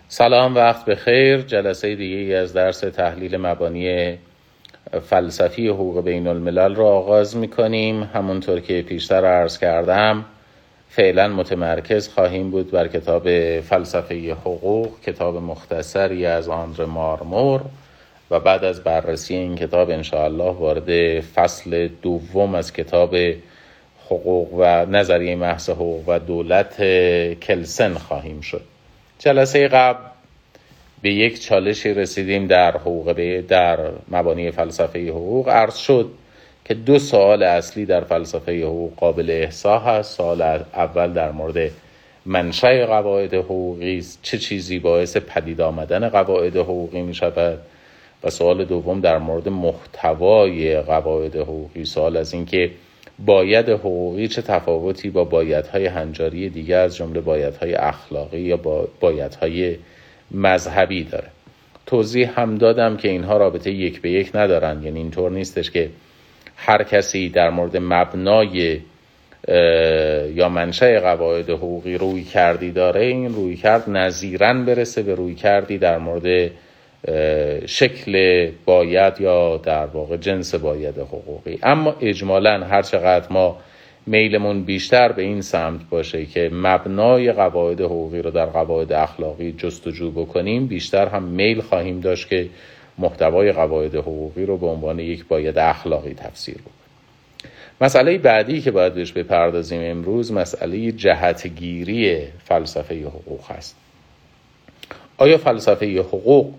سلام، وقت بخیر. جلسه دیگه از درس تحلیل مبانی فلسفی حقوق بین الملل رو آغاز میکنیم. همونطور که پیشتر عرض کردم فعلا متمرکز خواهیم بود بر کتاب فلسفه حقوق، کتاب مختصری از آندره مارمور، و بعد از بررسی این کتاب انشاءالله وارد فصل دوم از کتاب حقوق و نظریه محض حقوق و دولت کلسن خواهیم شد. جلسه قبل به یک چالشی رسیدیم در مبانی فلسفه حقوق. عرض شد که دو سوال اصلی در فلسفه حقوق قابل احصا هست. سوال اول در مورد منشأ قواعد حقوقی است، چه چیزی باعث پدید آمدن قواعد حقوقی می شود، و سوال دوم در مورد محتوای قواعد حقوقی، سوال از این که باید حقوقی چه تفاوتی با بایدهای هنجاری دیگه از جمله بایدهای اخلاقی یا بایدهای مذهبی داره. توضیح هم دادم که اینها رابطه یک به یک ندارن، یعنی اینطور نیستش که هر کسی در مورد مبنای یا منشأ قواعد حقوقی روی کردی داره، این روی کرد نظیراً برسه به روی کردی در مورد شکل باید یا در واقع جنس باید حقوقی. اما اجمالاً هر چقدر ما میلمون بیشتر به این سمت باشه که مبنای قواعد حقوقی رو در قواعد اخلاقی جستجو بکنیم، بیشتر هم میل خواهیم داشت که محتوای قواعد حقوقی رو به عنوان یک باید اخلاقی تفسیر بکنیم. مسئله بعدی که باید بهش بپردازیم امروز مسئله جهتگیری فلسفه حقوق هست. آیا فلسفه حقوق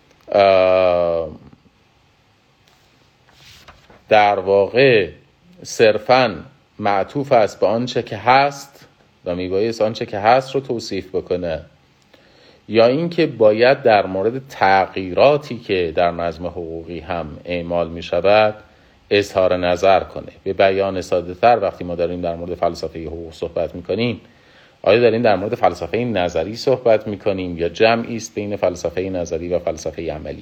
در واقع صرفاً معطوف است به آنچه که هست و میبایست آنچه که هست رو توصیف بکنه، یا اینکه باید در مورد تغییراتی که در نظم حقوقی هم اعمال می شود اظهار نظر کنه؟ به بیان ساده تر، وقتی ما داریم در مورد فلسفه حقوق صحبت می کنیم، آیا داریم در مورد فلسفه نظری صحبت می کنیم یا جمعی است بین فلسفه نظری و فلسفه عملی؟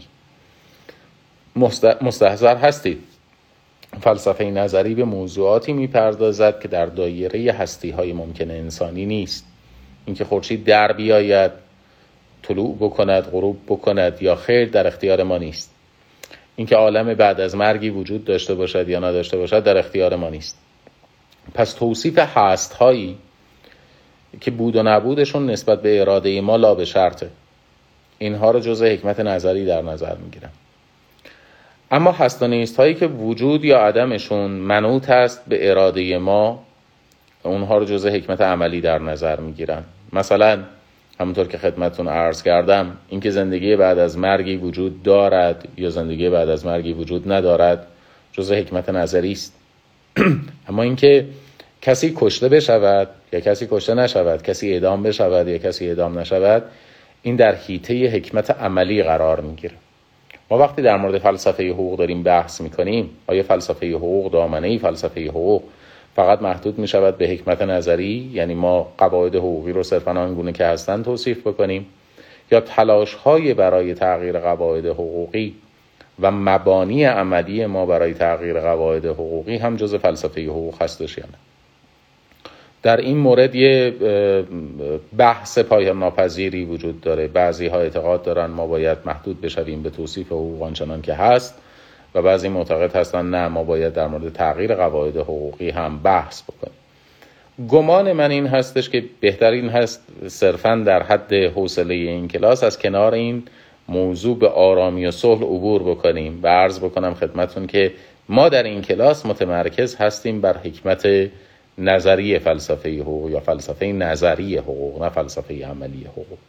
مستحضر هستید فلسفه نظری به موضوعاتی میپردازد که در دایره هستی‌های ممکن انسانی نیست. اینکه خورشید در بیاید، طلوع بکند، غروب بکند یا خیر در اختیار ما نیست. اینکه عالم بعد از مرگی وجود داشته باشد یا نداشته باشد در اختیار ما نیست. پس توصیف هست‌هایی که بود و نبودشون نسبت به اراده ما لا به شرطه، اینها رو جزء حکمت نظری در نظر میگیرن. اما هست و نیست هایی که وجود یا عدمشون منوط است به اراده ما، اونها رو جزء حکمت عملی در نظر میگیرن. مثلا همونطور که خدمتتون عرض کردم، اینکه زندگی بعد از مرگی وجود دارد یا زندگی بعد از مرگی وجود ندارد جزء حکمت نظری است. اما اینکه کسی کشته بشود یا کسی کشته نشود، کسی اعدام بشود یا کسی اعدام نشود، این در حیطه حکمت عملی قرار میگیره. ما وقتی در مورد فلسفه حقوق داریم بحث میکنیم، آیا فلسفه حقوق دامنه فلسفه حقوق فقط محدود میشود به حکمت نظری، یعنی ما قواعد حقوقی رو صرفاً آنگونه که هستن توصیف بکنیم، یا تلاش‌های برای تغییر قواعد حقوقی و مبانی عملی ما برای تغییر قواعد حقوقی هم جزء فلسفه حقوق هستش یا نه؟ در این مورد یه بحث پایان ناپذیری وجود داره. بعضی ها اعتقاد دارن ما باید محدود بشویم به توصیف حقوق آنچنان که هست، و بعضی معتقد هستن نه، ما باید در مورد تغییر قواعد حقوقی هم بحث بکنیم. گمان من این هستش که بهترین هست صرفاً در حد حوصله این کلاس از کنار این موضوع به آرامی و صلح عبور بکنیم و عرض بکنم خدمتون که ما در این کلاس متمرکز هستیم بر حکمت نظری فلسفه حقوق یا فلسفه نظری حقوق، نه فلسفه عملی حقوق.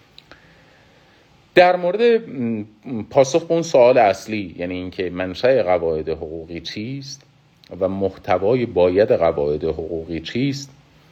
در مورد پاسخ به اون سوال اصلی، یعنی اینکه منشأ قواعد حقوقی چیست و محتوای باید قواعد حقوقی چیست،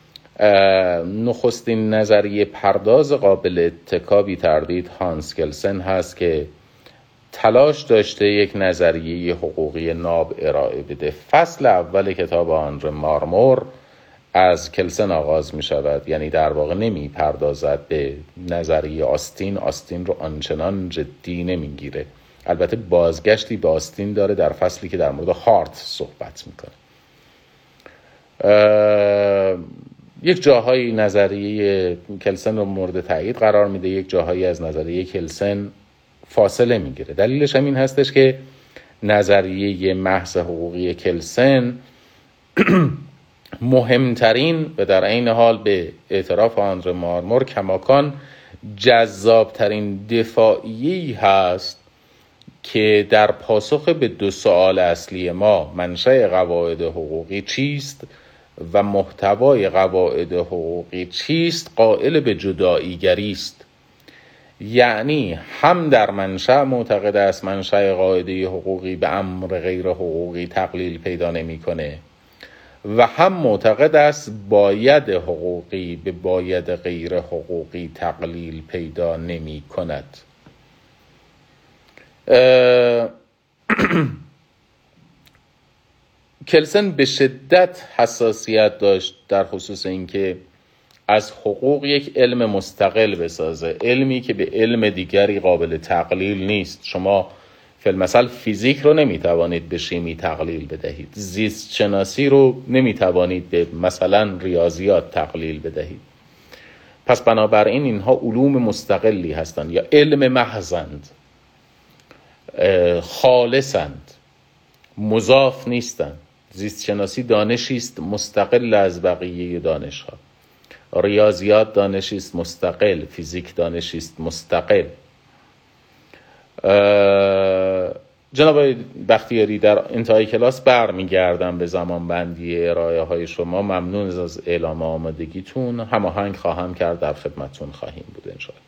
نخستین نظریه پرداز قابل اتکا بی تردید هانس کلسن هست که تلاش داشته یک نظریه حقوقی ناب ارائه بده. فصل اول کتاب آندره مارمور از کلسن آغاز می شود، یعنی در واقع نمی پردازد به نظریه آستین رو آنچنان جدی نمی گیره. البته بازگشتی به آستین داره در فصلی که در مورد هارت صحبت می کنه. یک جاهایی نظریه کلسن رو مورد تایید قرار میده، یک جاهایی از نظریه کلسن فاصله میگیره. دلیلش هم این هستش که نظریه محض حقوقی کلسن مهمترین و در عین حال به اعتراف آندره مارمور کماکان جذابترین دفاعیه‌ای هست که در پاسخ به 2 سوال اصلی ما، منشأ قواعد حقوقی چیست و محتوای قواعد حقوقی چیست، قائل به جدایی‌گری است. یعنی هم در منشأ معتقد است منشأ قاعده حقوقی به امر غیر حقوقی تقلیل پیدا نمی‌کنه و هم معتقد است باید حقوقی به باید غیر حقوقی تقلیل پیدا نمی‌کند. کلسن به شدت حساسیت داشت در خصوص اینکه از حقوق یک علم مستقل بسازه، علمی که به علم دیگری قابل تقلیل نیست. شما فی‌المثل فیزیک رو نمیتوانید به شیمی تقلیل بدهید، زیست شناسی رو نمیتوانید به مثلا ریاضیات تقلیل بدهید. پس بنابراین اینها علوم مستقلی هستند یا علم محضند، خالصند، مضاف نیستند. زیست شناسی دانشی است مستقل از بقیه دانش‌ها، ریاضیات دانشی است مستقل، فیزیک دانشی است مستقل. جناب بختیاری، در انتهای کلاس برمیگردم به زمان بندی ارائه های شما. ممنون از اعلام آمادگیتون، هماهنگ خواهم کرد، در خدمتتون خواهیم بود انشاءالله.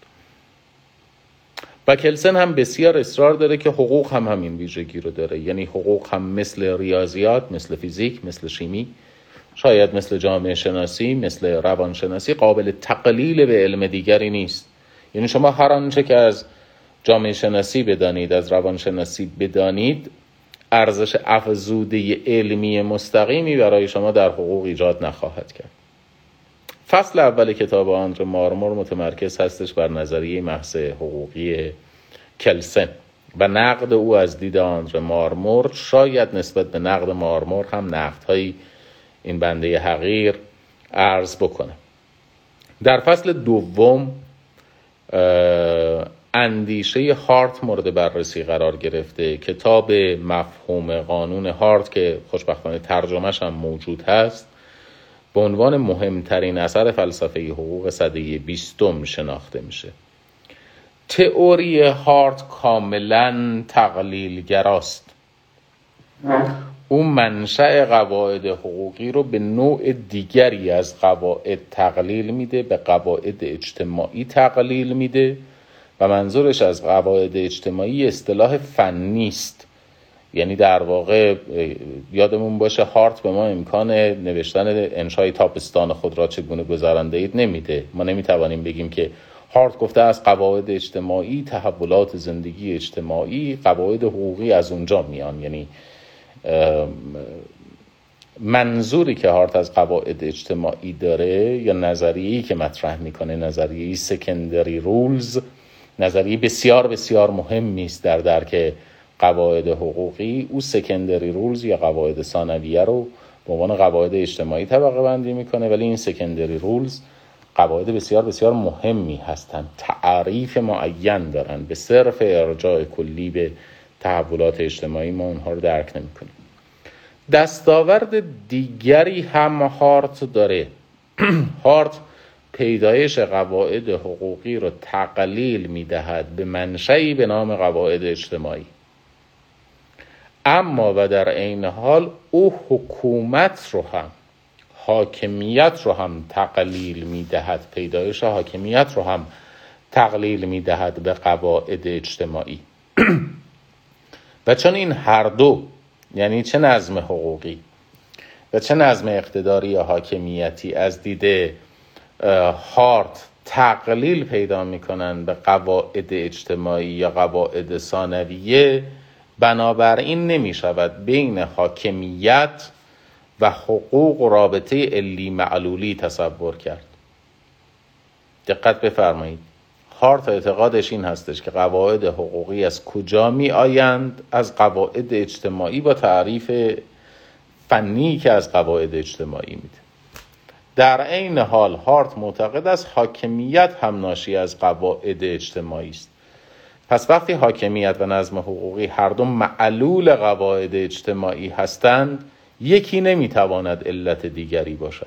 و کلسن هم بسیار اصرار داره که حقوق هم همین ویژگی رو داره، یعنی حقوق هم مثل ریاضیات، مثل فیزیک، مثل شیمی، شاید مثل جامعه شناسی، مثل روانشناسی قابل تقلیل به علم دیگری نیست. یعنی شما هر آنچه که از جامعه شناسی بدانید، از روانشناسی بدانید، ارزش افزوده علمی مستقیمی برای شما در حقوق ایجاد نخواهد کرد. فصل اول کتاب آندره مارمور متمرکز هستش بر نظریه محض حقوقی کلسن و نقد او از دید آندره مارمور. شاید نسبت به نقد مارمور هم نقدهایی این بنده حقیر عرض بکنم. در فصل دوم اندیشه هارت مورد بررسی قرار گرفته. کتاب مفهوم قانون هارت که خوشبختانه ترجمه‌اش هم موجود هست، به عنوان مهمترین اثر فلسفه حقوق سده 20 شناخته میشه. تئوری هارت کاملا تقلیل‌گراست. او منشأ قواعد حقوقی رو به نوع دیگری از قواعد تقلیل میده، به قواعد اجتماعی تقلیل میده و منظورش از قواعد اجتماعی اصطلاح فنی است. یعنی در واقع یادمون باشه هارت به ما امکان نوشتن انشای تابستان خود را چگونه گذرانده اید نمیده. ما نمیتوانیم بگیم که هارت گفته از قواعد اجتماعی، تحولات زندگی اجتماعی، قواعد حقوقی از اونجا میان. یعنی منظوری که هارت از قواعد اجتماعی داره یا نظریه‌ای که مطرح میکنه، نظریه سکندری رولز، نظریه بسیار بسیار مهمی است در درک قواعد حقوقی. او سکندری رولز یا قواعد ثانویه رو به عنوان قواعد اجتماعی طبقه بندی میکنه، ولی این سکندری رولز قواعد بسیار بسیار مهمی هستند، تعریف معین دارن، به صرف ارجاع کلی به تحولات اجتماعی ما اونها رو درک نمیکنیم. دستاورد دیگری هم هارت داره. هارت پیدایش قواعد حقوقی رو تقلیل میدهد به منشأی به نام قواعد اجتماعی، اما و در عین حال او حکومت رو هم، حاکمیت رو هم تقلیل میدهد، پیدایش حاکمیت رو هم تقلیل میدهد به قواعد اجتماعی. و چون این هر دو، یعنی چه نظم حقوقی و چه نظم اقتداری یا حاکمیتی، از دید هارت تقلیل پیدا میکنن به قواعد اجتماعی یا قواعد ثانویه، بنابراین نمیشود بین حاکمیت و حقوق رابطه علی معلولی تصور کرد. دقت بفرمایید، هارت اعتقادش این هستش که قواعد حقوقی از کجا می آیند؟ از قواعد اجتماعی با تعریف فنی که از قواعد اجتماعی میده. در عین حال هارت معتقد است حاکمیت هم ناشی از قواعد اجتماعی است. پس وقتی حاکمیت و نظم حقوقی هر دو معلول قواعد اجتماعی هستند، یکی نمیتواند علت دیگری باشد.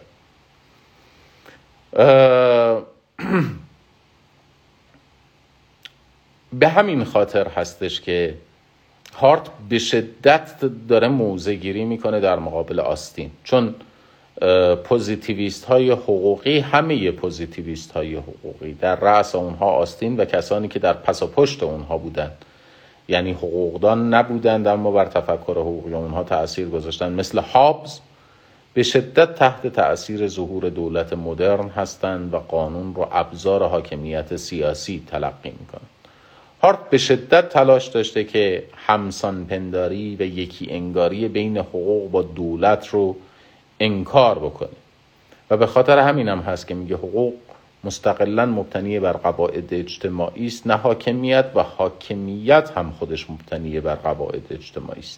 به همین خاطر هستش که هارت به شدت داره موضع گیری میکنه در مقابل آستین، چون پوزیتیویست های حقوقی، همه پوزیتیویست های حقوقی در رأس اونها آستین و کسانی که در پس و پشت اونها بودن، یعنی حقوقدان نبودند اما بر تفکر حقوقی اونها تأثیر گذاشتن، مثل هابز، به شدت تحت تأثیر ظهور دولت مدرن هستند و قانون رو ابزار حاکمیت سیاسی تلقی میکنند. هارت به شدت تلاش داشته که همسان پنداری و یکی انگاری بین حقوق با دولت رو انکار بکنه و به خاطر همین هم هست که میگه حقوق مستقلاً مبتنی بر قواعد اجتماعی است، نه حاکمیت، و حاکمیت هم خودش مبتنی بر قواعد اجتماعی است.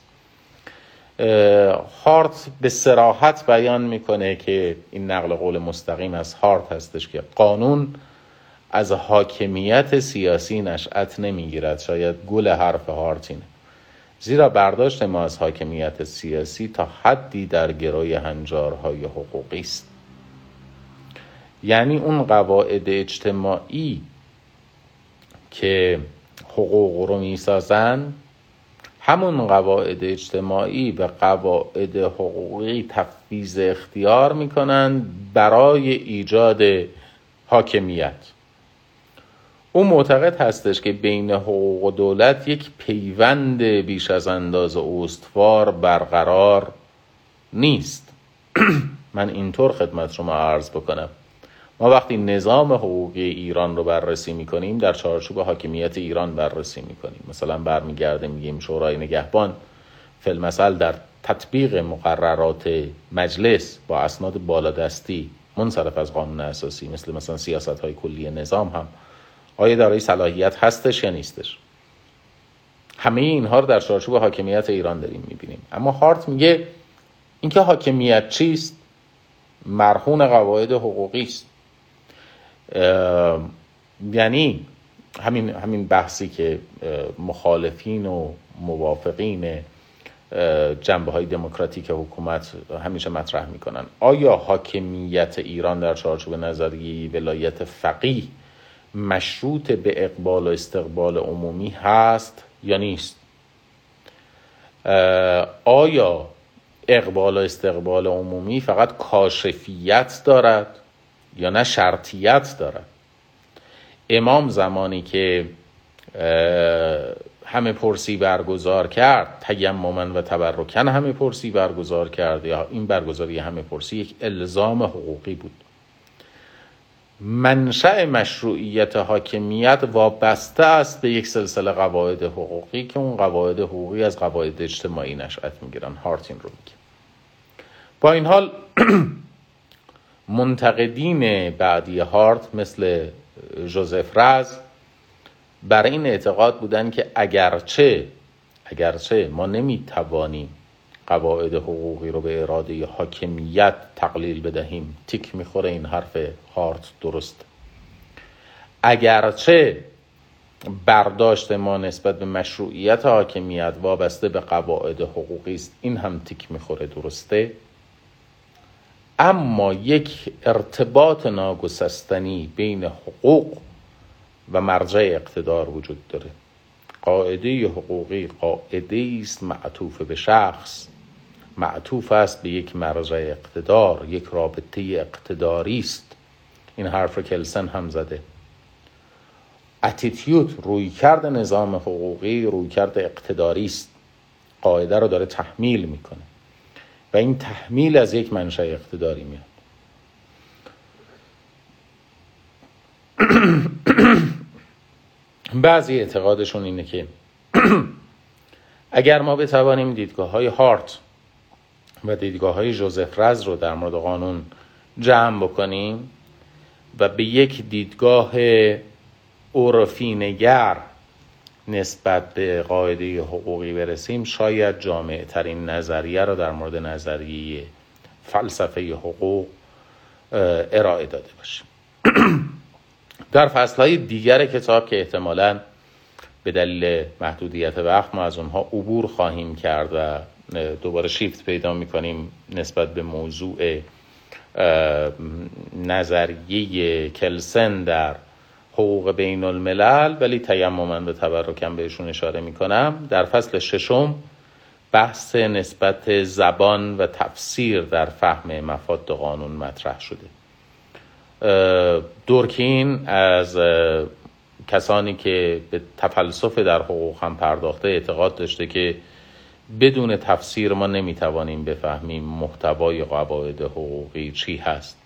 هارت به صراحت بیان میکنه که این نقل قول مستقیم از هارت هستش که قانون از حاکمیت سیاسی نشأت نمیگیرد. شاید گل حرف هارت اینه، زیرا برداشت ما از حاکمیت سیاسی تا حدی در گروی هنجارهای حقوقی است. یعنی اون قواعد اجتماعی که حقوق رو میسازن، همون قواعد اجتماعی به قواعد حقوقی تفویض اختیار میکنن برای ایجاد حاکمیت. او معتقد هستش که بین حقوق و دولت یک پیوند بیش از اندازه استوار برقرار نیست. من اینطور خدمت شما عرض بکنم، ما وقتی نظام حقوقی ایران رو بررسی میکنیم در چارچوب حاکمیت ایران بررسی میکنیم. مثلا برمیگرده میگیم شورای نگهبان فی‌المثل در تطبیق مقررات مجلس با اسناد بالادستی منصرف از قانون اساسی، مثلا سیاست‌های کلی نظام، هم آیا دارای صلاحیت هستش یا نیستش. همه اینها رو در چارچوب حاکمیت ایران داریم میبینیم. اما هارت میگه اینکه حاکمیت چیست؟ مرهون قواعد حقوقی است. یعنی همین بحثی که مخالفین و موافقین جنبه‌های دموکراتیک حکومت همیشه مطرح میکنن. آیا حاکمیت ایران در چارچوب نظریه ولایت فقیه مشروط به اقبال و استقبال عمومی هست یا نیست؟ آیا اقبال و استقبال عمومی فقط کاشفیت دارد یا نه شرطیت دارد؟ امام زمانی که همه پرسی برگزار کرد، تیمما و تبرکن همه پرسی برگزار کرد، یا این برگزاری همه پرسی یک الزام حقوقی بود. منشأ مشروعیت حاکمیت وابسته است به یک سلسله قواعد حقوقی که اون قواعد حقوقی از قواعد اجتماعی نشأت میگیرن. هارت این رو میگه. با این حال منتقدین بعدی هارت مثل ژوزف رز بر این اعتقاد بودن که اگرچه ما نمیتوانیم قواعد حقوقی رو به اراده حاکمیت تقلیل بدهیم، تیک میخوره این حرف هارت درست، اگرچه برداشت ما نسبت به مشروعیت حاکمیت وابسته به قواعد حقوقی است، این هم تیک میخوره درسته، اما یک ارتباط ناگسستنی بین حقوق و مرجع اقتدار وجود داره. قاعده حقوقی قاعده است معطوف به شخص، معطوف است به یک مرجع اقتدار، یک رابطه اقتداری است. این حرف رو کلسن هم زده. اتیتیود، رویکرد نظام حقوقی رویکرد اقتداری است، قاعده رو داره تحمیل میکنه و این تحمیل از یک منشأ اقتداری میاد. بعضی اعتقادشون اینه که اگر ما بتوانیم دیدگاه‌های هارت و دیدگاه‌های ژوزف رز رو در مورد قانون جمع بکنیم و به یک دیدگاه عرفی نگر نسبت به قاعده حقوقی برسیم، شاید جامع ترین نظریه رو در مورد نظریه فلسفه حقوق ارائه داده باشیم. در فصلهای دیگر کتاب که احتمالاً به دلیل محدودیت وقت ما از اونها عبور خواهیم کرد و دوباره شیفت پیدا میکنیم نسبت به موضوع نظریه کلسن در حقوق بین الملل، ولی تیمماً به تبرکم بهشون اشاره میکنم. در فصل 6 بحث نسبت زبان و تفسیر در فهم مفاد قانون مطرح شده. دورکین از کسانی که به تفلسف در حقوق هم پرداخته اعتقاد داشته که بدون تفسیر ما نمیتوانیم بفهمیم محتوای قواعد حقوقی چی هست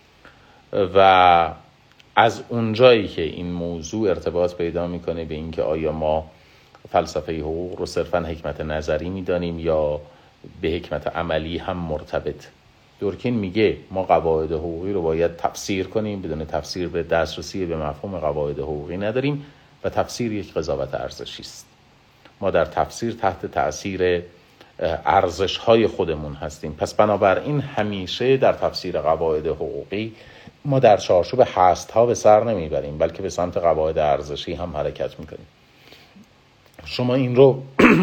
و از اونجایی که این موضوع ارتباط پیدا میکنه به اینکه آیا ما فلسفه حقوق رو صرفاً حکمت نظری میدانیم یا به حکمت عملی هم مرتبط. دورکین میگه ما قواعد حقوقی رو باید تفسیر کنیم، بدون تفسیر به دسترسی به مفهوم قواعد حقوقی نداریم و تفسیر یک قضاوت ارزشی است. ما در تفسیر تحت تأثیر ارزش‌های خودمون هستیم. پس بنابراین همیشه در تفسیر قواعد حقوقی ما در چارچوب هست‌ها به سر نمیبریم، بلکه به سمت قواعد ارزشی هم حرکت میکنیم. شما این رو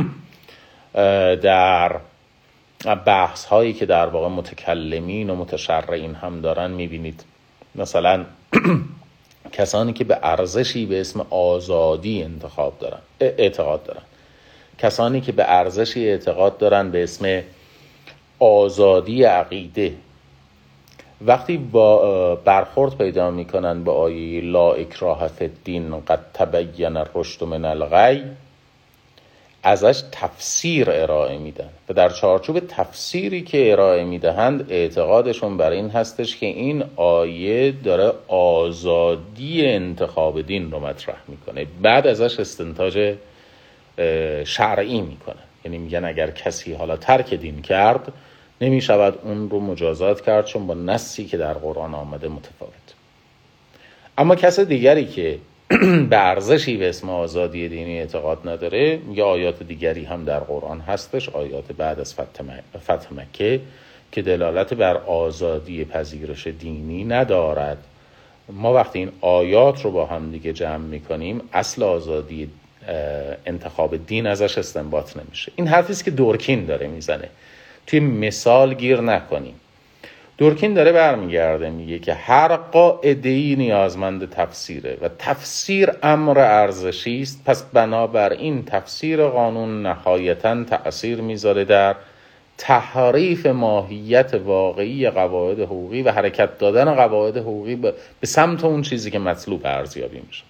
در بحث هایی که در واقع متکلمین و متشرعین هم دارن میبینید. مثلا کسانی که به ارزشی به اسم آزادی اعتقاد دارن، کسانی که به ارزشی اعتقاد دارن به اسم آزادی عقیده، وقتی با برخورد پیدا میکنن با آیه لا اکراه فی الدین قد تبین الرشد من الغی، ازش تفسیر ارائه میدن و در چارچوب تفسیری که ارائه میدهند اعتقادشون بر این هستش که این آیه داره آزادی انتخاب دین رو مطرح میکنه. بعد ازش استنتاج شرعی میکنه، یعنی میگن اگر کسی حالا ترک دین کرد نمیشود اون رو مجازات کرد چون با نصی که در قرآن آمده متفاوت. اما کس دیگری که به ارزشی به اسم آزادی دینی اعتقاد نداره، یا آیات دیگری هم در قرآن هستش، آیات بعد از فتح مکه که دلالت بر آزادی پذیرش دینی ندارد. ما وقتی این آیات رو با هم دیگه جمع میکنیم اصل آزادی انتخاب دین ازش استنباط نمیشه. این حرفی است که دورکین داره میزنه، توی مثال گیر نکنیم. دورکین داره برمیگرده میگه که هر قاعده‌ای نیازمند تفسیره و تفسیر امر ارزشی است، پس بنابراین تفسیر قانون نهایتاً تأثیر میذاره در تحریف ماهیت واقعی قواعد حقوقی و حرکت دادن قواعد حقوقی به سمت اون چیزی که مطلوب ارزیابی میشه.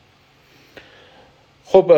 خب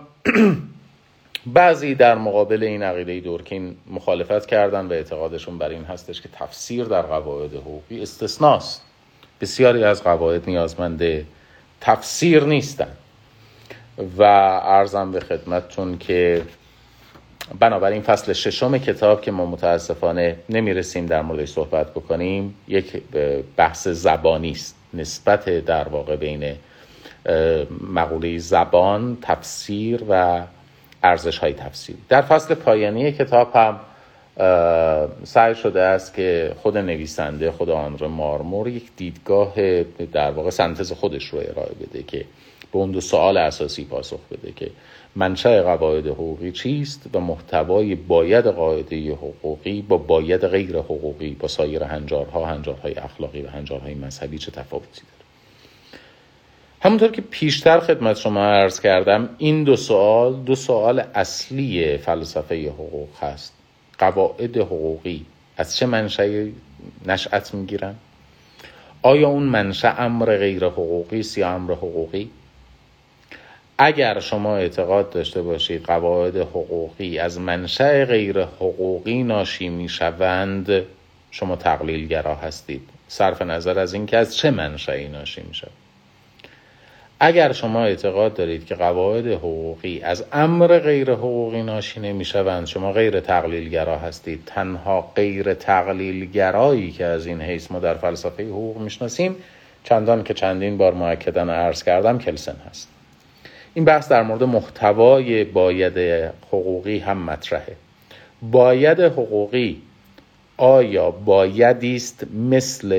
بعضی در مقابل این عقیده دورکین مخالفت کردن و اعتقادشون بر این هستش که تفسیر در قواعد حقوقی استثناست. بسیاری از قواعد نیازمند تفسیر نیستن و عرضم به خدمتتون که بنابراین فصل 6 کتاب که ما متاسفانه نمیرسیم در موردش صحبت بکنیم یک بحث زبانی است، نسبت در واقع بین مقوله زبان، تفسیر و ارزش‌های تفسیری. در فصل پایانی کتاب هم سعی شده است که خود نویسنده، خود آندره مارمور، یک دیدگاه در واقع سنتز خودش رو ارائه بده که به اون دو سوال اساسی پاسخ بده که منشأ قواعد حقوقی چیست و محتوای باید قاعده حقوقی با باید غیر حقوقی، با سایر هنجارهای اخلاقی و هنجارهای مذهبی چه تفاوتی داره. همونطور که پیشتر خدمت شما عرض کردم، این دو سوال اصلی فلسفه حقوق هست. قواعد حقوقی از چه منشأی نشأت میگیرن؟ آیا اون منشأ امر غیر حقوقی است یا امر حقوقی؟ اگر شما اعتقاد داشته باشید قواعد حقوقی از منشأ غیر حقوقی ناشی میشوند، شما تقلیلگرا هستید، صرف نظر از این که از چه منشأی ناشی میشوند. اگر شما اعتقاد دارید که قواعد حقوقی از امر غیر حقوقی ناشی نمیشوند، شما غیر تقلیلگرا هستید. تنها غیر تقلیلگرایی که از این حیث ما در فلسفه حقوق میشناسیم، چندان که چندین بار مؤکداً عرض کردم، کلسن هست. این بحث در مورد محتوای باید حقوقی هم مطرحه. باید حقوقی آیا بایدی است مثل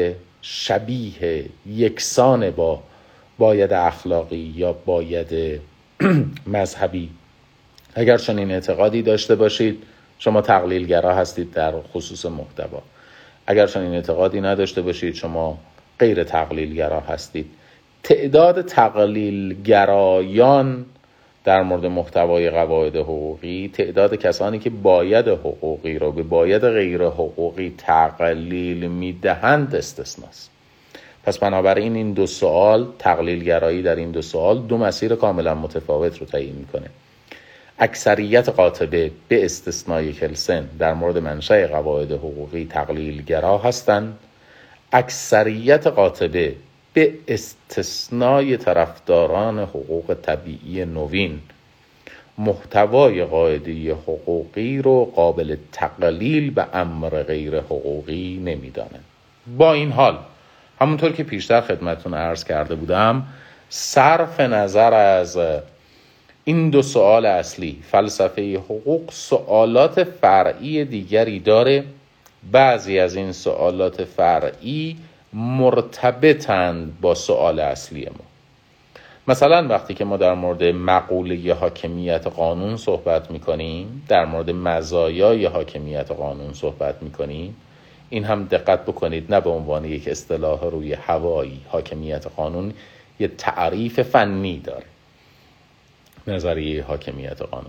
شبیه یکسان با باید اخلاقی یا باید مذهبی. اگر چنین اعتقادی داشته باشید شما تقلیلگرا هستید در خصوص محتوا. اگر چنین اعتقادی نداشته باشید شما غیر تقلیلگرا هستید. تعداد تقلیلگرایان در مورد محتوای قواعد حقوقی، تعداد کسانی که باید حقوقی رو به باید غیر حقوقی تقلیل میدهند استثناست. پس بنابراین این دو سوال، تقلیلگرایی در این دو سوال دو مسیر کاملا متفاوت رو تعیین میکنه. اکثریت قاطبه به استثنای کلسن در مورد منشأ قواعد حقوقی تقلیلگرا هستند. اکثریت قاطبه به استثنای طرفداران حقوق طبیعی نوین محتوای قاعده حقوقی رو قابل تقلیل به امر غیر حقوقی نمیدانند. با این حال همونطور که پیشتر خدمتتون عرض کرده بودم، صرف نظر از این دو سوال اصلی، فلسفه حقوق سوالات فرعی دیگری داره. بعضی از این سوالات فرعی مرتبطند با سوال اصلی ما. مثلا وقتی که ما در مورد مقوله حاکمیت قانون صحبت میکنیم، در مورد مزایای حاکمیت قانون صحبت میکنیم، این هم دقت بکنید نه به عنوان یک اصطلاح روی هوایی. حاکمیت قانون یه تعریف فنی داره، نظریه حاکمیت قانون.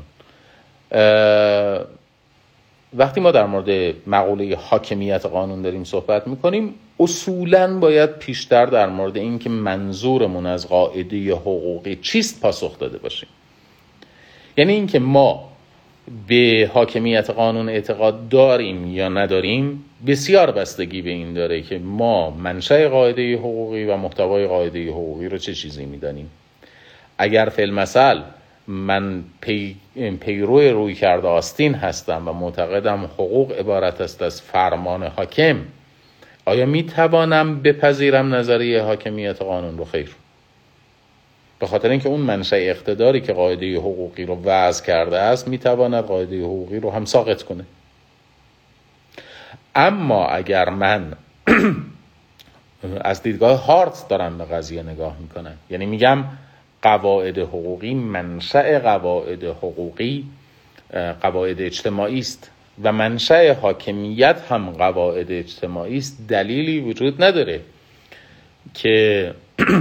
وقتی ما در مورد مقوله حاکمیت قانون داریم صحبت میکنیم، اصولاً باید پیشتر در مورد این که منظورمون از قاعده حقوقی چیست پاسخ داده باشیم. یعنی این که ما به حاکمیت قانون اعتقاد داریم یا نداریم بسیار بستگی به این داره که ما منشأ قاعده حقوقی و محتوای قاعده حقوقی رو چه چیزی میدانیم. اگر فی‌المثل من پیرو روی کرده آستین هستم و معتقدم حقوق عبارت است از فرمان حاکم، آیا می توانم بپذیرم نظریه حاکمیت قانون رو؟ خیر. به خاطر اینکه اون منشأ اقتداری که قاعده حقوقی رو وضع کرده است می تواند قاعده حقوقی رو هم ساقط کنه. اما اگر من از دیدگاه هارت دارم به قضیه نگاه میکنم، یعنی میگم قواعد حقوقی منشأ قواعد حقوقی قواعد اجتماعی است و منشأ حاکمیت هم قواعد اجتماعی است، دلیلی وجود نداره که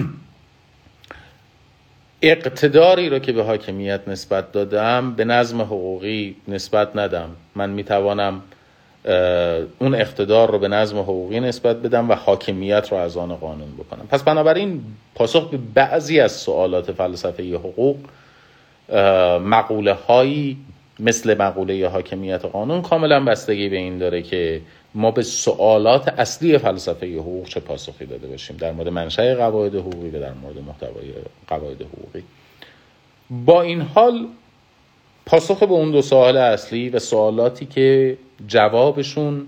اقتداری رو که به حاکمیت نسبت دادم به نظم حقوقی نسبت ندم. من میتوانم اون اقتدار رو به نظم حقوقی نسبت بدم و حاکمیت رو از آن قانون بکنم. پس بنابراین پاسخ به بعضی از سوالات فلسفه حقوق، مقوله هایی مثل مقوله حاکمیت قانون کاملا بستگی به این داره که ما به سوالات اصلی فلسفه حقوق چه پاسخی داده باشیم در مورد منشأ قواعد حقوقی و در مورد محتوای قواعد حقوقی. با این حال پاسخ به اون دو سوال اصلی و سوالاتی که جوابشون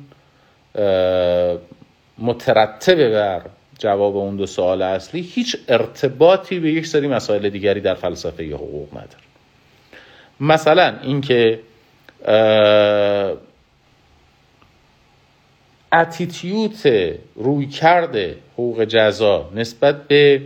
مترتبه بر جواب اون دو سوال اصلی هیچ ارتباطی به یک سری مسائل دیگری در فلسفه حقوق نداره. مثلا اینکه اتیتیوت رویکرد حقوق جزا نسبت به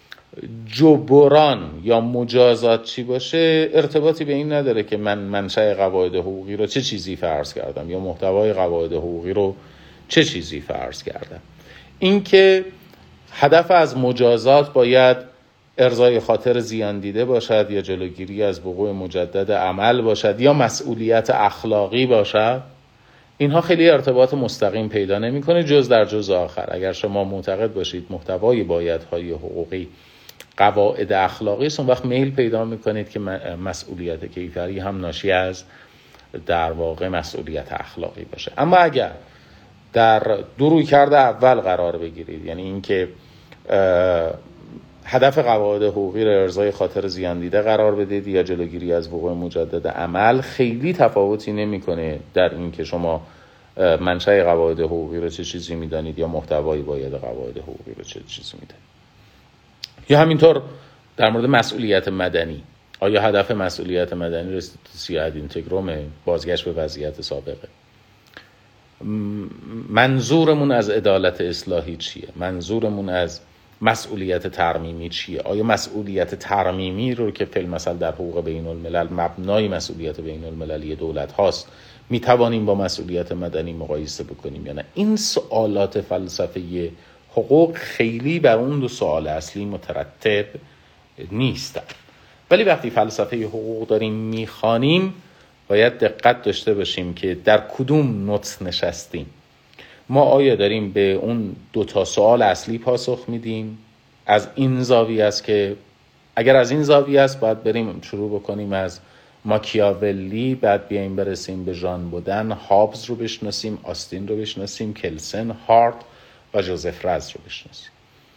جبران یا مجازات چی باشه ارتباطی به این نداره که من منشأ قواعد حقوقی رو چه چیزی فرض کردم یا محتوای قواعد حقوقی رو چه چیزی فرض کردم. اینکه هدف از مجازات باید ارضای خاطر زیان دیده باشد یا جلوگیری از وقوع مجدد عمل باشد یا مسئولیت اخلاقی باشد، اینها خیلی ارتباط مستقیم پیدا نمی‌کنه جز در جز آخر. اگر شما معتقد باشید محتوای بایدهای حقوقی قواعد اخلاقی است، اون وقت میل پیدا می‌کنید که مسئولیت کیفری هم ناشی از در واقع مسئولیت اخلاقی باشه. اما اگر در دو رویکرد اول قرار بگیرید، یعنی اینکه هدف قواعد حقوقی را ارضای خاطر زیان دیده قرار بدید یا جلوگیری از وقوع مجدد عمل، خیلی تفاوتی نمیکنه در این که شما منشأ قواعد حقوقی رو چه چیزی میدانید یا محتوای باید قواعد حقوقی رو چه چیزی میدانید. یا همینطور در مورد مسئولیت مدنی، آیا هدف مسئولیت مدنی رستیتوسیو اد اینتگروم، بازگشت به وضعیت سابقه؟ منظورمون از عدالت اصلاحی چیه؟ منظورمون از مسئولیت ترمیمی چیه؟ آیا مسئولیت ترمیمی رو که فی المثل در حقوق بین الملل مبنای مسئولیت بین المللی دولت هاست می توانیم با مسئولیت مدنی مقایسه بکنیم یا نه؟ این سوالات فلسفی حقوق خیلی بر اون دو سوال اصلی مترتب نیستن. ولی وقتی فلسفه حقوق داریم میخوانیم باید دقت داشته باشیم که در کدوم نطق نشستیم. ما آیا داریم به اون دو تا سوال اصلی پاسخ میدیم؟ از این زاویه است که اگر از این زاویه است باید بریم شروع بکنیم از ماکیاولی، بعد بیایم برسیم به ژان بودن، هابز رو بشناسیم، آستین رو بشناسیم، کلسن، هارت و جوزف رز رو بشناسیم.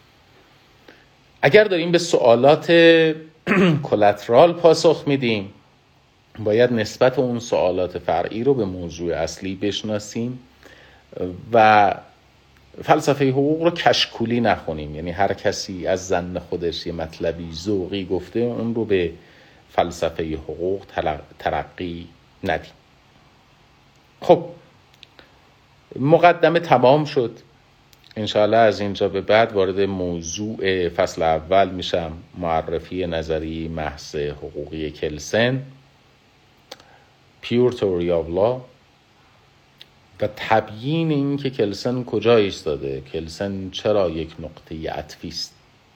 اگر داریم به سوالات کلاترال پاسخ میدیم باید نسبت اون سوالات فرعی رو به موضوع اصلی بشناسیم و فلسفه حقوق رو کشکولی نخونیم. یعنی هر کسی از ظن خودش یه مطلبی ذوقی گفته اون رو به فلسفه حقوق ترقی ندیم. خب مقدمه تمام شد. انشاءالله از اینجا به بعد وارد موضوع فصل اول میشم، معرفی نظریه محض حقوقی کلسن، Pure Theory of Law، و تبیین این که کلسن کجا ایستاده، کلسن چرا یک نقطه عطفی است.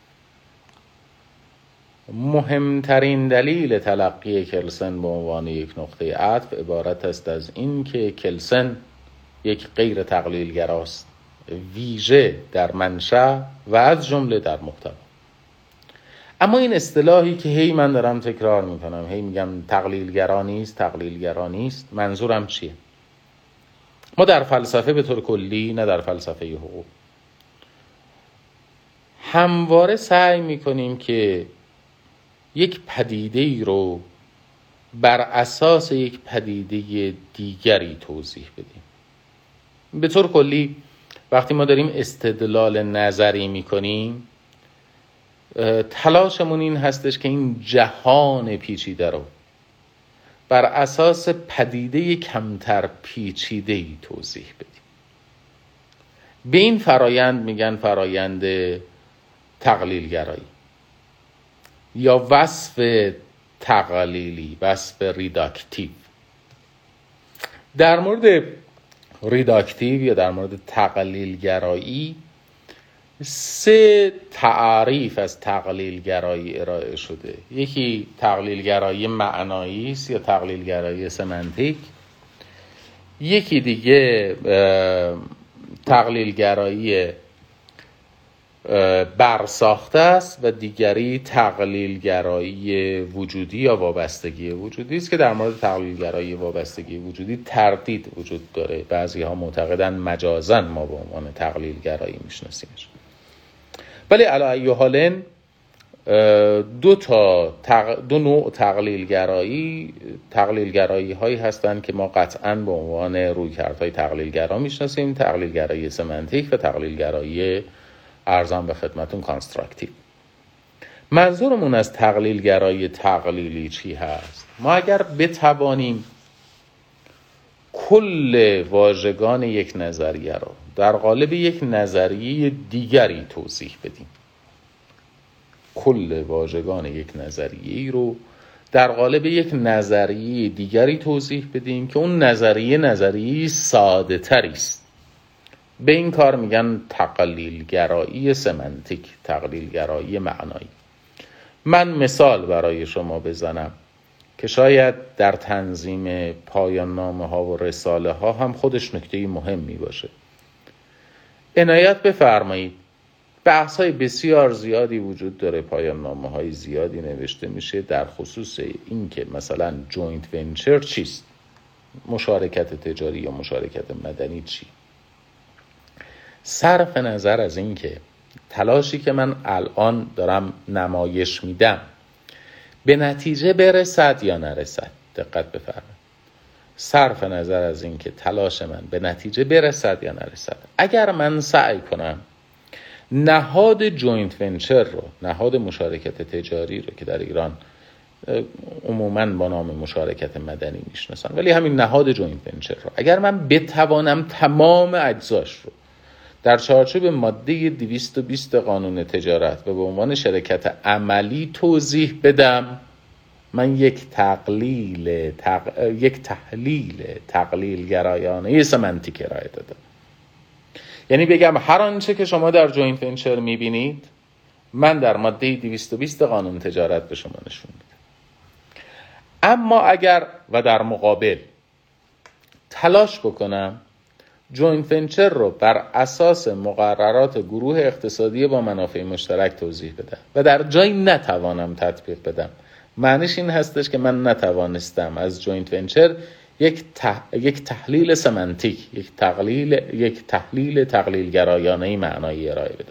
مهمترین دلیل تلقی کلسن به عنوان یک نقطه عطف عبارت است از این که کلسن یک غیر تقلیلگراست، ویژه در منشأ و از جمله در محتوا. اما این اصطلاحی که هی من دارم تکرار میکنم، هی میگم تقلیلگرا نیست، منظورم چیه؟ ما در فلسفه به طور کلی، نه در فلسفه حقوق، همواره سعی میکنیم که یک پدیده ای رو بر اساس یک پدیده دیگری توضیح بدیم. به طور کلی وقتی ما داریم استدلال نظری میکنیم تلاشمون این هستش که این جهان پیچیده رو بر اساس پدیده کمتر پیچیده‌ای توضیح بدیم. به این فرایند میگن فرایند تقلیلگرایی یا وصف تقلیلی، وصف ریداکتیو. در مورد ریداکتیو یا در مورد تقلیلگرایی 3 تعریف از تقلیلگرایی ارائه شده. یکی تقلیلگرایی معنایی است یا تقلیلگرایی سمنتیک، یکی دیگه تقلیلگرایی برساخته است و دیگری تقلیلگرایی وجودی یا وابستگی وجودی است که در مورد تقلیلگرایی وابستگی وجودی تردید وجود داره. بعضی ها معتقدن مجازاً ما به عنوان تقلیلگرایی میشناسیمش. ولی علی ای حال دو نوع تقلیلگرایی هایی هستند که ما قطعاً به عنوان رویکردهای تقلیلگرا میشناسیم: تقلیلگرایی سمنتیک و تقلیلگرایی ارزان به خدمتون کانستراکتیو. منظورمون از تقلیلگرایی تقلیلی چی هست؟ ما اگر بتوانیم کل واژگان یک نظریه رو در قالب یک نظریه دیگری توضیح بدیم، کل واژگان یک نظریه رو در قالب یک نظریه دیگری توضیح بدیم که اون نظریه ساده تری است، به این کار میگن تقلیلگرایی سمنتیک، تقلیلگرایی معنایی. من مثال برای شما بزنم که شاید در تنظیم پایان نامه ها و رساله ها هم خودش نکته مهمی باشه. عنایت بفرمایید، بحث های بسیار زیادی وجود داره، پایان نامه های زیادی نوشته میشه در خصوص این که مثلا جوینت ونچر چیست، مشارکت تجاری یا مشارکت مدنی چی. صرف نظر از این که تلاشی که من الان دارم نمایش میدم به نتیجه برسد یا نرسد، دقت بفرمایید، صرف نظر از این که تلاش من به نتیجه برسد یا نرسد، اگر من سعی کنم نهاد جوینت ونچر رو، نهاد مشارکت تجاری رو که در ایران عموماً با نام مشارکت مدنی میشناسن، ولی همین نهاد جوینت ونچر رو اگر من بتوانم تمام اجزاش رو در چارچوب ماده 220 قانون تجارت و به عنوان شرکت عملی توضیح بدم، من یک تحلیل تقلیل گرایانه سمنتیک ارائه دادم. یعنی بگم هر آنچه که شما در جوینت ونچر میبینید من در ماده 220 قانون تجارت به شما نشون میدم. اما اگر و در مقابل تلاش بکنم جوینت ونچر رو بر اساس مقررات گروه اقتصادی با منافع مشترک توضیح بدم و در جایی نتوانم تطبیق بدم، معنیش این هستش که من نتوانستم از جوینت ونچر یک تحلیل سمنتیک، یک تحلیل تقلیل گرایانه معنایی ارائه بدم.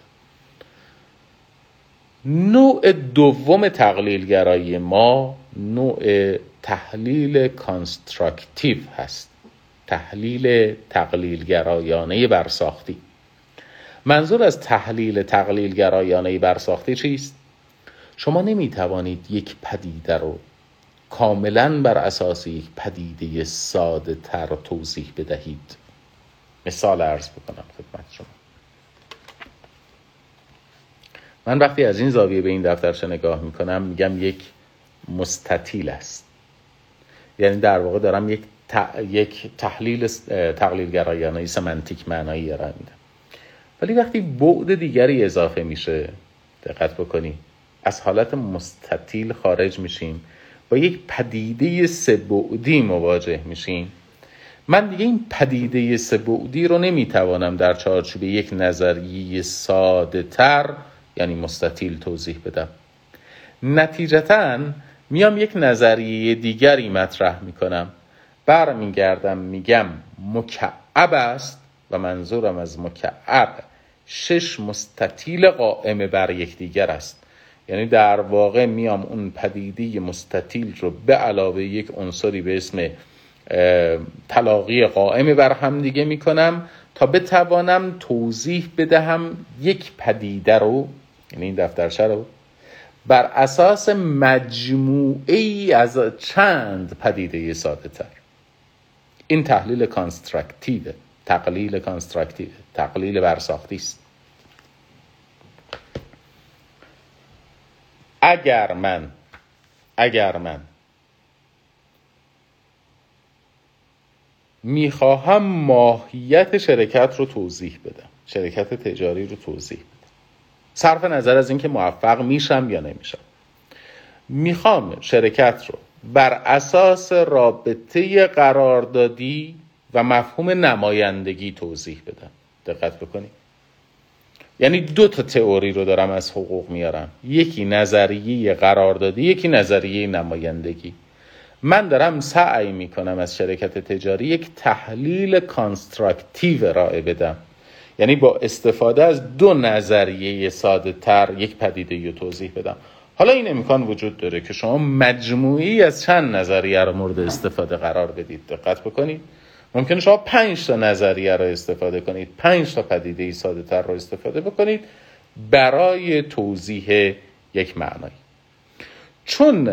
نوع دوم تقلیل گرایی ما نوع تحلیل کانستراکتیو هست، تحلیل تقلیل گرایانه برساختی. منظور از تحلیل تقلیل گرایانه برساختی چیست؟ شما نمیتوانید یک پدیده رو کاملا بر اساس یک پدیده ساده تر توضیح بدهید. مثال عرض بکنم خدمت شما. من وقتی از این زاویه به این دفترچه نگاه میکنم میگم یک مستطیل است، یعنی در واقع دارم یک تحلیل تقلیل گرایانه سمنتیک معنایی ارائه میدم. ولی وقتی بعد دیگری اضافه میشه، دقت بکنید، از حالت مستطیل خارج میشیم، با یک پدیده سه بعدی مواجه میشیم. من دیگه این پدیده سه بعدی رو نمیتوانم در چارچوب یک نظریه ساده تر یعنی مستطیل توضیح بدم. نتیجتاً میام یک نظریه دیگری مطرح میکنم، برمیگردم میگم مکعب است و منظورم از مکعب 6 مستطیل قائم بر یکدیگر است. یعنی در واقع میام اون پدیده مستطیل رو به علاوه یک عنصری به اسم تلاقی قائم بر هم دیگه میکنم تا بتوانم توضیح بدهم یک پدیده رو، یعنی این دفترچه رو، بر اساس مجموعه‌ای از چند پدیده ساده تر. این تحلیل کانستراکتیو، تقلیل کانستراکتیو، تقلیل برساختی است. اگر من میخواهم ماهیت شرکت رو توضیح بدم، شرکت تجاری رو توضیح بدم، صرف نظر از اینکه موفق میشم یا نمیشم، میخوام شرکت رو بر اساس رابطه قراردادی و مفهوم نمایندگی توضیح بدم. دقت بکنید، یعنی 2 تئوری رو دارم از حقوق میارم، یکی نظریه قراردادی، یکی نظریه نمایندگی. من دارم سعی میکنم از شرکت تجاری یک تحلیل کانستراکتیو ارائه بدم، یعنی با استفاده از 2 نظریه ساده تر یک پدیده رو توضیح بدم. حالا این امکان وجود داره که شما مجموعی از چند نظریه رو مورد استفاده قرار بدید. دقت بکنید، ممکنه شما 5 تا نظریه رو استفاده کنید، 5 تا پدیده ساده تر رو استفاده بکنید برای توضیح یک معنایی. چون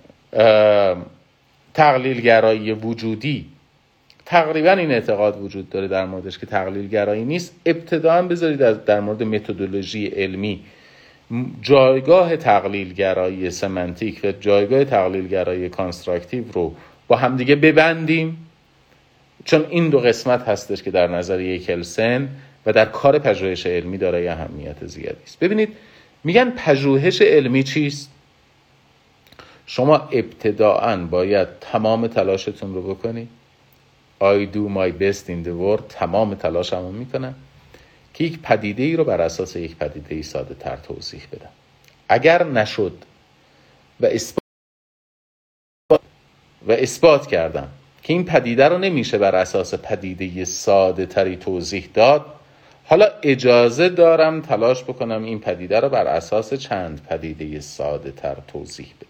تقلیل گرایی وجودی تقریبا این اعتقاد وجود داره در موردش که تقلیل گرایی نیست، ابتداً بذارید در مورد متدولوژی علمی جایگاه تقلیل گرایی سمنتیک و جایگاه تقلیل گرایی کانستراکتیو رو با همدیگه ببندیم، چون این 2 قسمت هستش که در نظریه کلسن و در کار پژوهش علمی دارای اهمیت زیادی است. ببینید، میگن پژوهش علمی چیست؟ شما ابتداءً باید تمام تلاشتون رو بکنید. I do my best in the world، تمام تلاشمو میکنم که یک پدیده ای رو بر اساس یک پدیده ای ساده تر توضیح بدم. اگر نشد و اثبات کردم که این پدیده رو نمیشه بر اساس پدیده ساده تری توضیح داد، حالا اجازه دارم تلاش بکنم این پدیده رو بر اساس چند پدیده ساده تر توضیح بدم.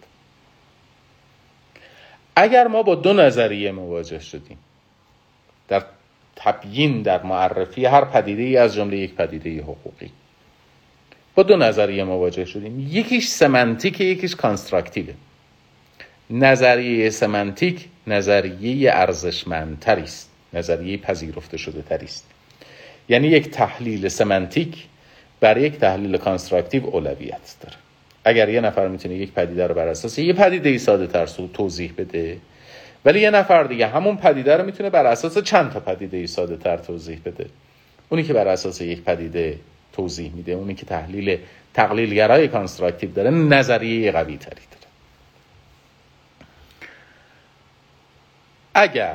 اگر ما با 2 نظریه مواجه شدیم در تبیین، در معرفی هر پدیده‌ای از جمله یک پدیده حقوقی، با 2 نظریه مواجه شدیم، یکیش سمنتیکه، یکیش کانستراکتیوه. نظریه سمنتیک نظریه ارزشمندتری است، نظریه پذیرفته شده تری است. یعنی یک تحلیل سمنتیک برای یک تحلیل کانستراکتیو اولویت داره. اگر یه نفر میتونه یک پدیده رو بر اساس یه پدیده ساده تر توضیح بده، ولی یه نفر دیگه همون پدیده رو میتونه بر اساس چند تا پدیده ساده تر توضیح بده، اونی که بر اساس یک پدیده توضیح میده، اونی که تقلیلگرای کانستراکتیو داره، نظریه قوی تری داره. اگر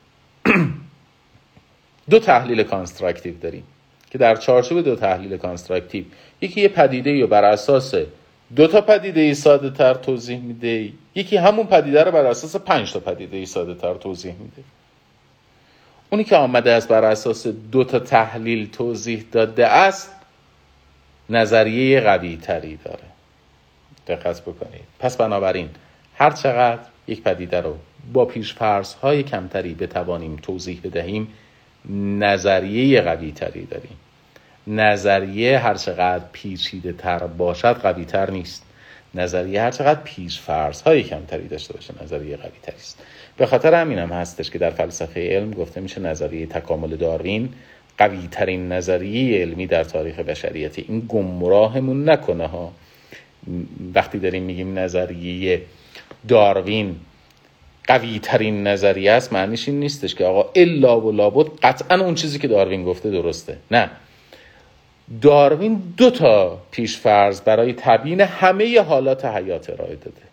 دو تحلیل کانستراکتیو داریم که در چارچوب دو تحلیل کانستراکتیو یکی یه پدیده رو بر اساس دو تا پدیده ساده تر توضیح میده، یکی همون پدیده رو بر اساس 5 تا پدیده ساده تر توضیح میده، اونی که آمده است بر اساس دو تا تحلیل توضیح داده است نظریه قوی تری داره. دقت بکنید. پس بنابراین هر چقدر یک پدیده رو با پیش‌فرض های کمتری بتوانیم توضیح بدهیم نظریه قوی تری داریم. نظریه هر چقدر پیچیده تر باشد قوی تر نیست. نظریه هر چقدر پیش‌فرض های کمتری داشته باشه نظریه قوی تری است. به خاطر همین هم هستش که در فلسفه علم گفته میشه نظریه تکامل داروین قوی ترین نظریه علمی در تاریخ بشریت. این گمراهمون نکنه ها. وقتی داریم میگیم نظریه داروین قوی ترین نظریه است، معنیش این نیستش که آقا الا و لابد قطعا اون چیزی که داروین گفته درسته. نه، داروین 2 تا پیش‌فرض برای تبیین همه حالات حیات ارائه داده.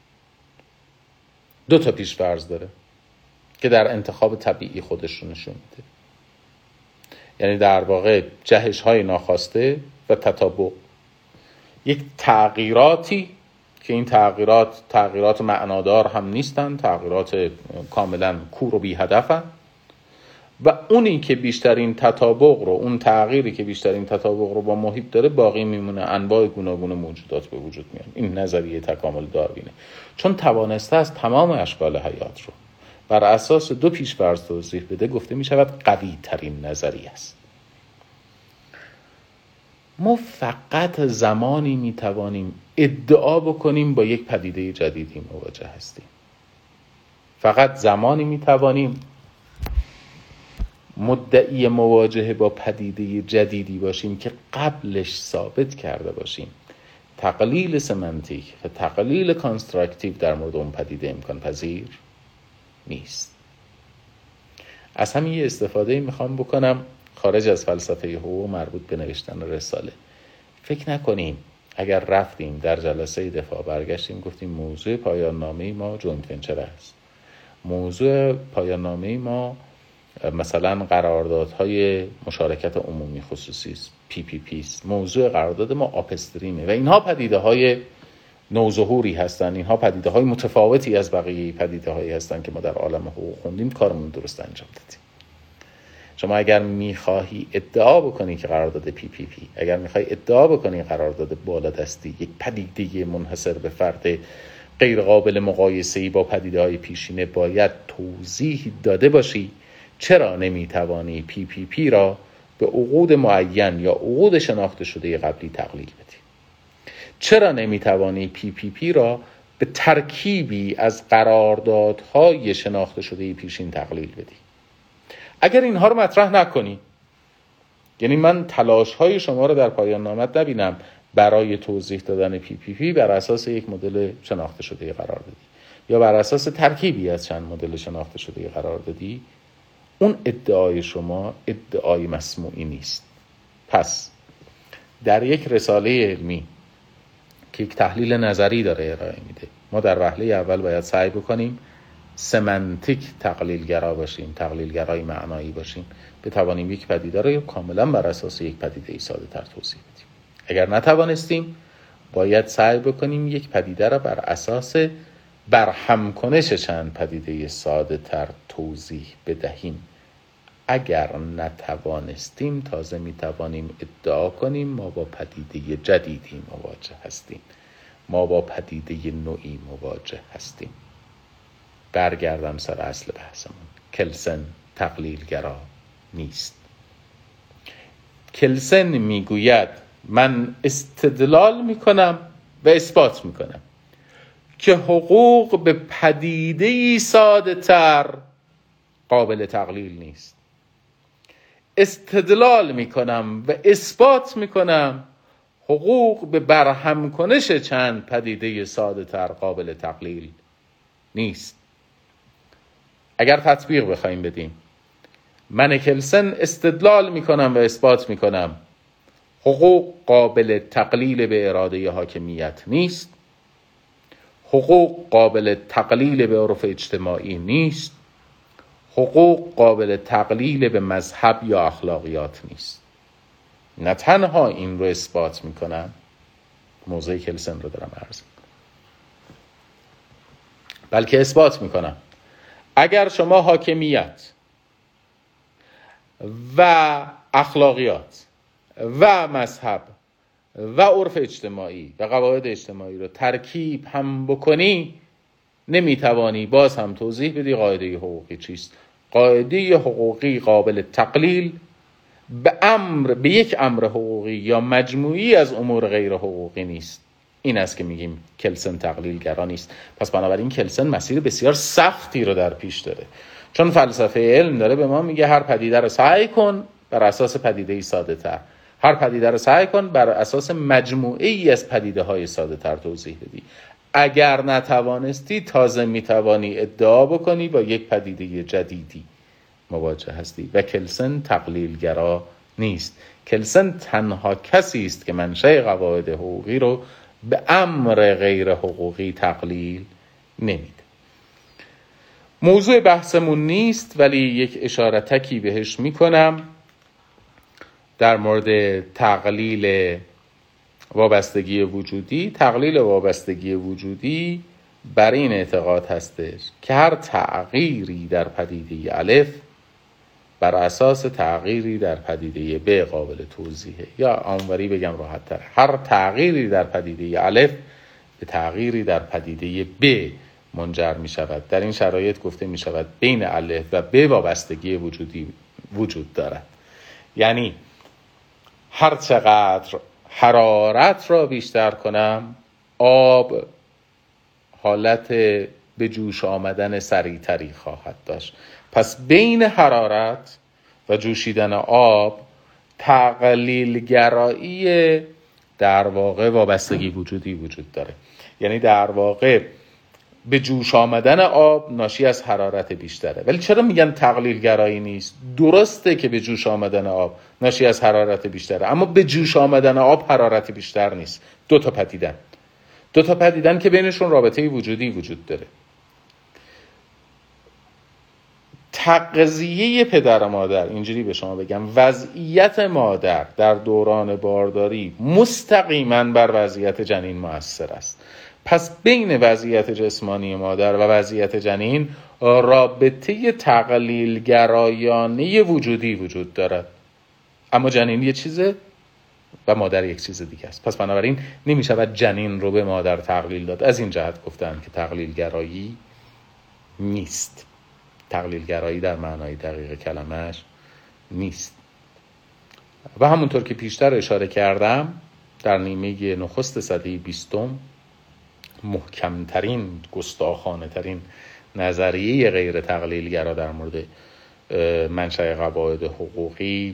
2 تا پیش‌فرض داره که در انتخاب طبیعی خودش رو نشون میده. یعنی در واقع جهش های ناخواسته و تطابق، یک تغییراتی که این تغییرات معنادار هم نیستن، تغییرات کاملا کور و بی هدفن، و اونی که بیشترین تطابق رو، اون تغییری که بیشترین تطابق رو با محیط داره باقی میمونه، انواع گوناگون موجودات به وجود میان. این نظریه تکامل داروینه، چون توانسته است تمام اشکال حیات رو بر اساس 2 پیش‌فرض توضیح بده، گفته میشود قوی ترین نظریه است. ما فقط زمانی میتوانیم ادعا بکنیم با یک پدیده جدیدی مواجه هستیم. فقط زمانی میتوانیم مدعی مواجهه با پدیده جدیدی باشیم که قبلش ثابت کرده باشیم تقلیل سمنتیک و تقلیل کانستراکتیو در مورد اون پدیده امکان پذیر نیست. از همین یه استفاده میخوام بکنم خارج از فلسفه حقوق مربوط به نوشتن رساله. فکر نکنیم اگر رفتیم در جلسه دفاع برگشتیم گفتیم موضوع پایان نامه ما جوینت ونچر است، موضوع پایان نامه ما مثلا قراردادهای مشارکت عمومی خصوصی است، PPP است، موضوع قرارداد ما آپستریمه و اینها پدیده های نوظهوری هستن، اینها پدیده های متفاوتی از بقیه پدیده هایی هستن که ما در عالم حقوق خوندیم، کارمون درست انجام دادیم. شما اگر میخواهی ادعا بکنی که قرارداد PPP، اگر میخوای ادعا بکنی قرارداد بالادستی یک پدیده منحصر به فرد غیر قابل مقایسه‌ای با پدیده‌های پیشینه، باید توضیح داده باشی چرا نمیتوانی PPP را به عقود معین یا عقود شناخته شده قبلی تقلیل بدی. چرا نمیتوانی PPP را به ترکیبی از قراردادهای شناخته شده پیشین تقلیل بدی. اگر اینها رو مطرح نکنی، یعنی من تلاش‌های شما رو در پایان نامه نبینم برای توضیح دادن PPP بر اساس یک مدل شناخته شده قرار دادی یا بر اساس ترکیبی از چند مدل شناخته شده قرار دادی، اون ادعای شما ادعای مسموعی نیست. پس در یک رساله علمی که یک تحلیل نظری داره ارائه میده، ما در وهله اول باید سعی بکنیم سمنتیک تقلیلگرا باشیم، تقلیلگرای معنایی باشیم، بتوانیم یک پدیده رو کاملا بر اساس یک پدیده ساده تر توضیح بدیم. اگر نتوانستیم باید سعی بکنیم یک پدیده را بر اساس برهم کنش چند پدیده ساده تر توضیح بدهیم. اگر نتوانستیم تازه میتوانیم ادعا کنیم ما با پدیده جدیدی مواجه هستیم، ما با پدیده نوعی مواجه هستیم. برگردم سر اصل بحثمون. کلسن تقلیلگرا نیست. کلسن میگوید من استدلال میکنم و اثبات میکنم. که حقوق به پدیده‌ای ساده تر قابل تقلیل نیست. استدلال میکنم و اثبات میکنم حقوق به برهم کنش چند پدیده ساده تر قابل تقلیل نیست. اگر تطبیق بخوایم بدیم، من کلسن استدلال میکنم و اثبات میکنم حقوق قابل تقلیل به اراده حاکمیت نیست، حقوق قابل تقلیل به عرف اجتماعی نیست، حقوق قابل تقلیل به مذهب یا اخلاقیات نیست. نه تنها این رو اثبات میکنم، موضع کلسن رو دارم عرض میکنم، بلکه اثبات میکنم اگر شما حاکمیت و اخلاقیات و مذهب و عرف اجتماعی و قواعد اجتماعی رو ترکیب هم بکنی، نمیتوانی باز هم توضیح بدی قاعده حقوقی چیست. قاعده حقوقی قابل تقلیل به یک امر حقوقی یا مجموعی از امور غیر حقوقی نیست. این است که میگیم کلسن تقلیلگرا نیست. پس بنابراین کلسن مسیر بسیار سختی رو در پیش داره، چون فلسفه علم داره به ما میگه هر پدیده رو سعی کن بر اساس پدیده‌ای ساده تر، هر پدیده رو سعی کن بر اساس مجموعه ای از پدیده های ساده تر توضیح بدی. اگر نتوانستی تازه میتوانی ادعا بکنی با یک پدیده جدیدی مواجه هستی. و کلسن تقلیلگرا نیست. کلسن تنها کسی است که منشأ قواعد حقوقی رو به امر غیر حقوقی تقلیل نمیده. موضوع بحثمون نیست، ولی یک اشارتکی بهش میکنم در مورد تقلیل وابستگی وجودی. تقلیل وابستگی وجودی بر این اعتقاد هستش که هر تغییری در پدیده الف بر اساس تغییری در پدیده ب قابل توضیحه، یا آنوری بگم راحت تر، هر تغییری در پدیده الف به تغییری در پدیده ب منجر می شود. در این شرایط گفته می شود بین الف و ب وابستگی وجودی وجود دارد. یعنی هر چقدر حرارت را بیشتر کنم، آب حالت به جوش آمدن سریعتری خواهد داشت. پس بین حرارت و جوشیدن آب تقلیلگرایی در واقع وابستگی وجودی وجود داره. یعنی در واقع به جوش آمدن آب ناشی از حرارت بیشتره. ولی چرا میگن تقلیلگرایی نیست؟ درسته که به جوش آمدن آب ناشی از حرارت بیشتره، اما به جوش آمدن آب حرارت بیشتر نیست. دو تا پدیدن که بینشون رابطه وجودی وجود داره. تغذیه پدر و مادر، اینجوری به شما بگم، وضعیت مادر در دوران بارداری مستقیما بر وضعیت جنین مؤثر است. پس بین وضعیت جسمانی مادر و وضعیت جنین رابطه تقلیلگرایانه وجودی وجود دارد، اما جنین یه چیزه و مادر یک چیز دیگه است. پس بنابراین نمی شود جنین رو به مادر تقلیل داد. از این جهت گفتن که تقلیلگرایی نیست. تقلیلگرایی در معنای دقیق کلمش نیست. و همونطور که پیشتر اشاره کردم، در نیمه نخست سده 20 محکمترین، گستاخانه ترین نظریه غیر تقلیلگرا در مورد منشأ قواعد حقوقی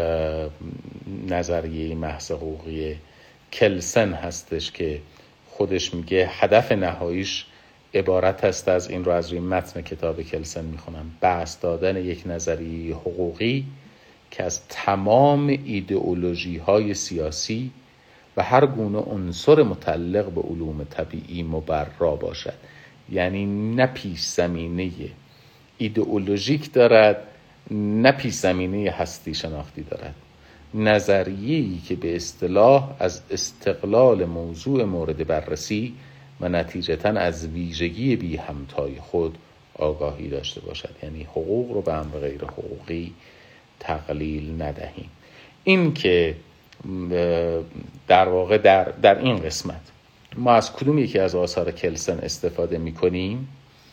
نظریه محض حقوقی کلسن هستش که خودش میگه هدف نهاییش عبارت است از، این رو از روی متن کتاب کلسن میخونم، بحث دادن یک نظریه حقوقی که از تمام ایدئولوژی های سیاسی و هر گونه عنصر متعلق به علوم طبیعی مبرا باشد. یعنی نه پیش زمینه ایدئولوژیک دارد، نه پیش زمینه هستی شناختی دارد. نظریه‌ای که به اصطلاح از استقلال موضوع مورد بررسی و نتیجتاً از ویژگی بی همتای خود آگاهی داشته باشد. یعنی حقوق رو به امر غیر حقوقی تقلیل ندهیم. این که در واقع در این قسمت ما از کدوم یکی از آثار کلسن استفاده می‌کنیم؟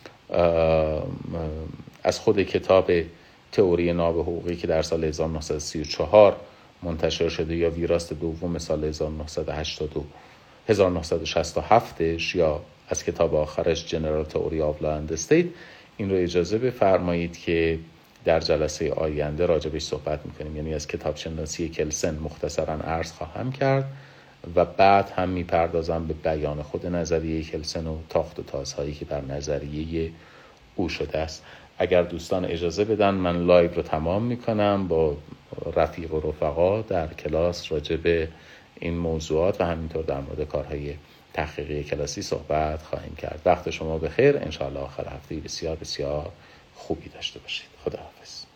از خود کتاب تئوری ناب حقوقی که در سال 1934 منتشر شده، یا ویراست دوم سال 1967 یا از کتاب آخرش جنرال تئوری آف لا اند استیت. این رو اجازه بفرمایید که در جلسه آینده راجبش صحبت میکنیم، یعنی از کتاب شناسی کلسن مختصرا عرض خواهم کرد و بعد هم میپردازم به بیان خود نظریه کلسن و تاخت و تازهایی که در نظریه او شده است. اگر دوستان اجازه بدن من لایو رو تمام میکنم، با رفیق و رفقا در کلاس راجع به این موضوعات و همینطور در مورد کارهای تحقیقی کلاسی صحبت خواهیم کرد. وقت شما بخیر، انشاءالله آخر هفته بسیار بسیار خوبی داشته باشید. خداحافظ.